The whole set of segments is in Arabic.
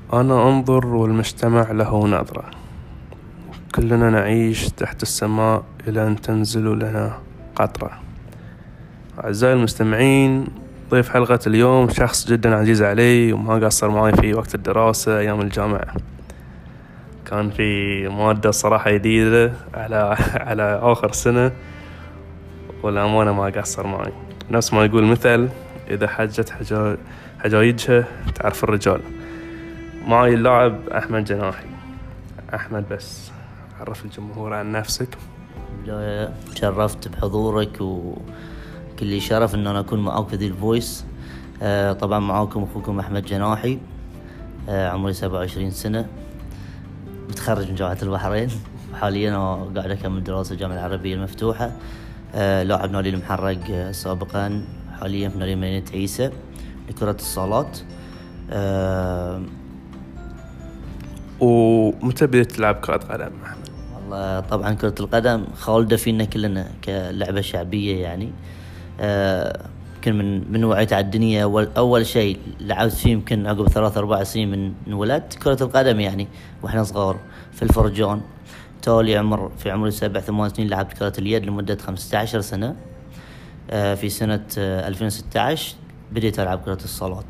أنا أنظر والمجتمع له نظرة، كلنا نعيش تحت السماء إلى أن تنزل لنا قطرة. أعزائي المستمعين، ضيف حلقة اليوم شخص جدا عزيز علي وما قصر معي في وقت الدراسة أيام الجامعة. كان في مادة صراحة جديدة على آخر سنة، والأمانة ما قصر معي. نفس ما يقول مثل إذا حجت حجايجها تعرف الرجال. معي اللاعب أحمد جناحي. أحمد، بس عرف الجمهور عن نفسك. تشرفت بحضورك وكل شرف أن أنا أكون معاك في ذي الفويس. طبعا معاكم أخوكم أحمد جناحي، عمري 27 سنة، متخرج من جامعة البحرين، وحاليا قاعد أكمل دراسة الجامعة العربية المفتوحة. لاعب نادي المحرق سابقا، حاليا في نادي مدينة عيسى لكرة الصالات. ومتى بديت تلعب كرة قدم أحمد؟ والله طبعا كرة القدم خالدة فينا كلنا كلعبة شعبية يعني. يمكن من وعيت على الدنيا أول شيء لعبت فيه يمكن عقب 3-4 سنين من ولدت كرة القدم يعني، وإحنا صغار في الفرجان. تالي في عمري 7-8 سنين لعبت كرة اليد لمدة 15 سنة. في سنة 2016 بديت ألعب كرة الصالات.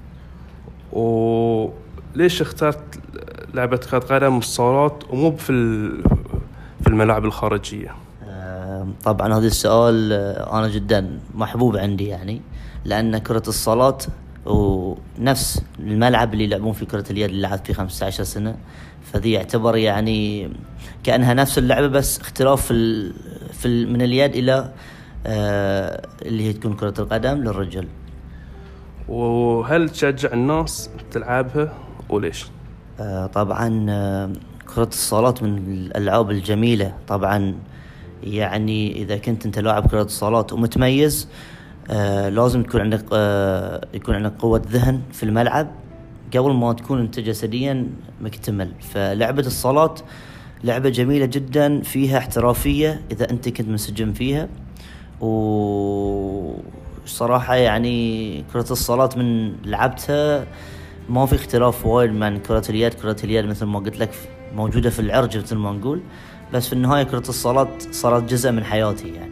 وليش اخترت لعبة كرة قدم الصالات ومو في الملاعب الخارجية؟ طبعا هذا السؤال أنا جدا محبوب عندي يعني، لأن كرة الصالات ونفس الملعب اللي يلعبون في كرة اليد اللي لعبت فيه 15 سنة، فذي يعتبر يعني كأنها نفس اللعبة، بس اختلاف من اليد إلى اللي هي تكون كرة القدم للرجل. وهل تشجع الناس تلعبها وليش؟ طبعا كرة الصالات من الألعاب الجميلة طبعا. يعني إذا كنت أنت لاعب كرة الصالات ومتميز، لازم يكون عندك قوة ذهن في الملعب قبل ما تكون أنت جسديا مكتمل. فلعبة الصالات لعبة جميلة جدا، فيها احترافية إذا أنت كنت منسجم فيها. وصراحة يعني كرة الصالات من لعبتها ما في اختلاف وايد من كرة اليد. كرة اليد مثل ما قلت لك موجودة في العرج مثل ما نقول، بس في النهاية كرة الصالات صارت جزء من حياتي يعني.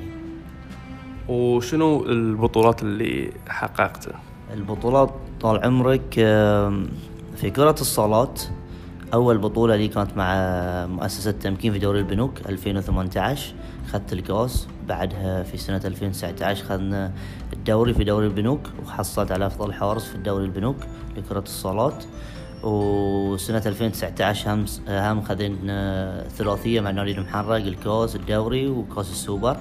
وشنو البطولات اللي حققتها؟ البطولات طال عمرك في كرة الصالات، أول بطولة لي كانت مع مؤسسة تمكين في دوري البنوك 2018، خدت الكاس. بعدها في سنة 2019 خدنا الدوري في دوري البنوك، وحصلت على أفضل حارس في الدوري البنوك لكرة الصالات. وسنة 2019 هم خدنا ثلاثية مع نادي المحرق، الكاس، الدوري، وكاس السوبر.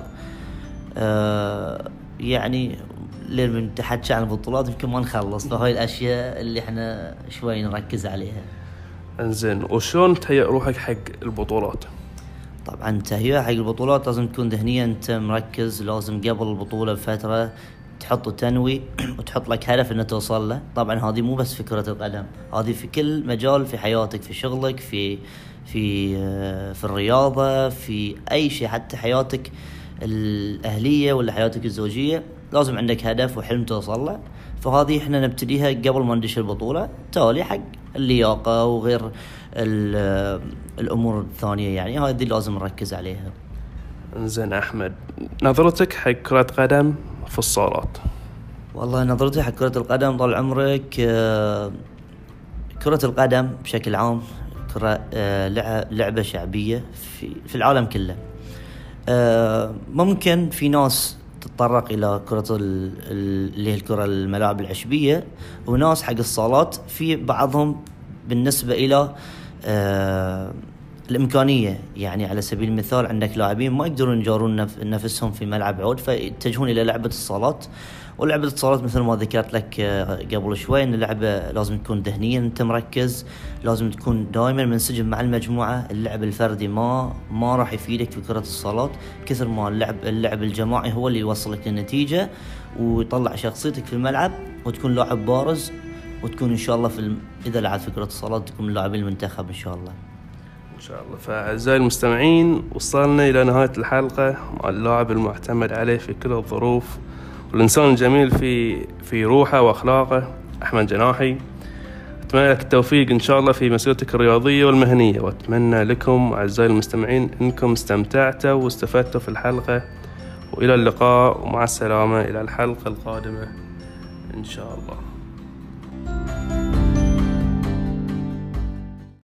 يعني لين من تحت عن البطولات يمكن ما نخلص، فهاي الأشياء اللي احنا شوي نركز عليها. انزين، وشلون تهيئ روحك حق البطولات؟ طبعا تهيئة حق البطولات لازم تكون ذهنيا انت مركز. لازم قبل البطولة بفترة تحط تنوي وتحط لك هدف انه توصل له. طبعا هذه مو بس في كرة القدم، هذه في كل مجال في حياتك، في شغلك، في الرياضة، في اي شيء، حتى حياتك الأهلية ولا حياتك الزوجية لازم عندك هدف وحلم توصل له. فهذه احنا نبتديها قبل ما ندش البطولة، تالي حق اللياقة وغير الأمور الثانية يعني. هذه لازم نركز عليها. انزين أحمد، نظرتك حق كرة قدم في الصالات؟ والله نظرتي حق كرة القدم طال عمرك، كرة القدم بشكل عام لعبة شعبية في العالم كله. ممكن في ناس تتطرق إلى كرة اللي هي الكرة الملاعب العشبية، وناس حق الصالات. في بعضهم بالنسبة إلى الإمكانية، يعني على سبيل المثال عندك لاعبين ما يقدرون يجارون نفسهم في ملعب عود، فيتجهون إلى لعبة الصالات. ولعبة الصالات مثل ما ذكرت لك قبل شوي ان اللعبة لازم تكون ذهنيا انت مركز، لازم تكون دائما منسجم مع المجموعة. اللعب الفردي ما راح يفيدك في كرة الصالات كثر ما اللعب الجماعي هو اللي يوصلك للنتيجة ويطلع شخصيتك في الملعب وتكون لاعب بارز، وتكون ان شاء الله اذا لعبت في كرة الصالات تكون من لاعبين المنتخب ان شاء الله. إن شاء الله. فأعزائي المستمعين، وصلنا إلى نهاية الحلقة مع اللاعب المعتمد عليه في كل الظروف والإنسان الجميل في روحه وأخلاقه، أحمد جناحي. أتمنى لك التوفيق إن شاء الله في مسيرتك الرياضية والمهنية، وأتمنى لكم أعزائي المستمعين إنكم استمتعتوا واستفدتوا في الحلقة، وإلى اللقاء ومع السلامة إلى الحلقة القادمة إن شاء الله.